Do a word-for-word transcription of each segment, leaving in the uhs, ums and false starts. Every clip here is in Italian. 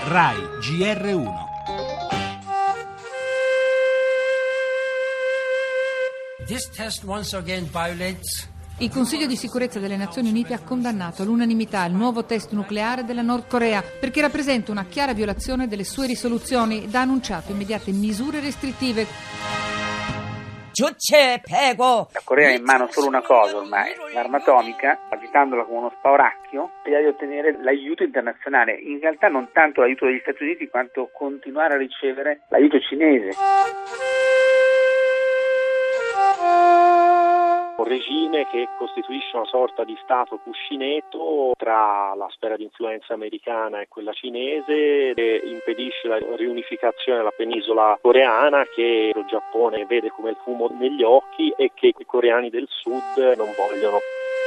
Rai G R uno. This test once again violates. Il Consiglio di sicurezza delle Nazioni Unite ha condannato all'unanimità il nuovo test nucleare della Nord Corea perché rappresenta una chiara violazione delle sue risoluzioni ed ha annunciato immediate misure restrittive. La Corea ha in mano solo una cosa ormai, l'arma atomica, agitandola come uno spauracchio, spera di ottenere l'aiuto internazionale. In realtà non tanto l'aiuto degli Stati Uniti quanto continuare a ricevere l'aiuto cinese. Un regime che costituisce una sorta di stato cuscinetto tra la sfera di influenza americana e quella cinese, e impedisce la riunificazione della penisola coreana, che lo Giappone vede come il fumo negli occhi e che i coreani del sud non vogliono.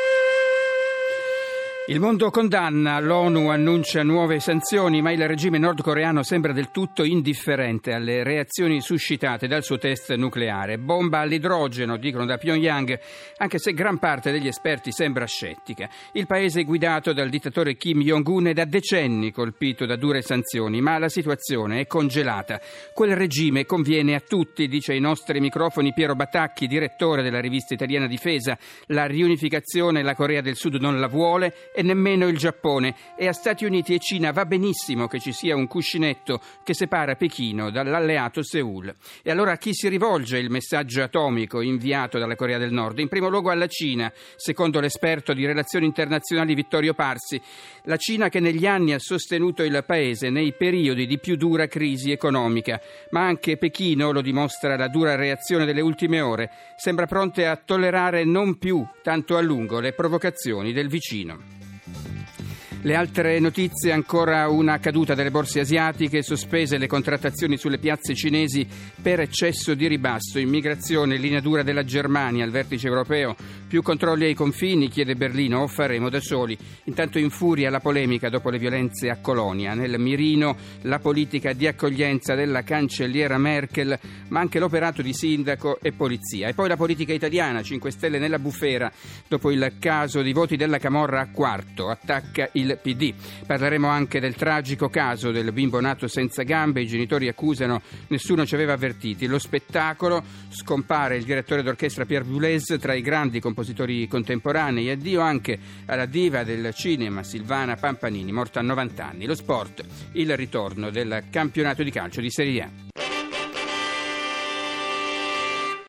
Il mondo condanna, l'ONU annuncia nuove sanzioni, ma il regime nordcoreano sembra del tutto indifferente alle reazioni suscitate dal suo test nucleare. Bomba all'idrogeno, dicono da Pyongyang, anche se gran parte degli esperti sembra scettica. Il paese è guidato dal dittatore Kim Jong-un è da decenni colpito da dure sanzioni, ma la situazione è congelata. Quel regime conviene a tutti, dice ai nostri microfoni Piero Batacchi, direttore della rivista italiana Difesa. La riunificazione la Corea del Sud non la vuole e nemmeno il Giappone, e a Stati Uniti e Cina va benissimo che ci sia un cuscinetto che separa Pechino dall'alleato Seul. E allora a chi si rivolge il messaggio atomico inviato dalla Corea del Nord? In primo luogo alla Cina, secondo l'esperto di relazioni internazionali Vittorio Parsi. La Cina che negli anni ha sostenuto il paese nei periodi di più dura crisi economica, ma anche Pechino, lo dimostra la dura reazione delle ultime ore, sembra pronta a tollerare non più tanto a lungo le provocazioni del vicino. Le altre notizie: ancora una caduta delle borse asiatiche, sospese le contrattazioni sulle piazze cinesi per eccesso di ribasso, immigrazione, linea dura della Germania al vertice europeo, più controlli ai confini, chiede Berlino, o faremo da soli. Intanto in furia la polemica dopo le violenze a Colonia, nel mirino la politica di accoglienza della cancelliera Merkel, ma anche l'operato di sindaco e polizia. E poi la politica italiana, cinque Stelle nella bufera dopo il caso di voti della Camorra a Quarto, attacca il P D. Parleremo anche del tragico caso del bimbo nato senza gambe, i genitori accusano nessuno ci aveva avvertiti. Lo spettacolo, scompare il direttore d'orchestra Pierre Boulez tra i grandi compositori contemporanei, e addio anche alla diva del cinema Silvana Pampanini, morta a novanta anni. Lo sport, il ritorno del campionato di calcio di Serie A.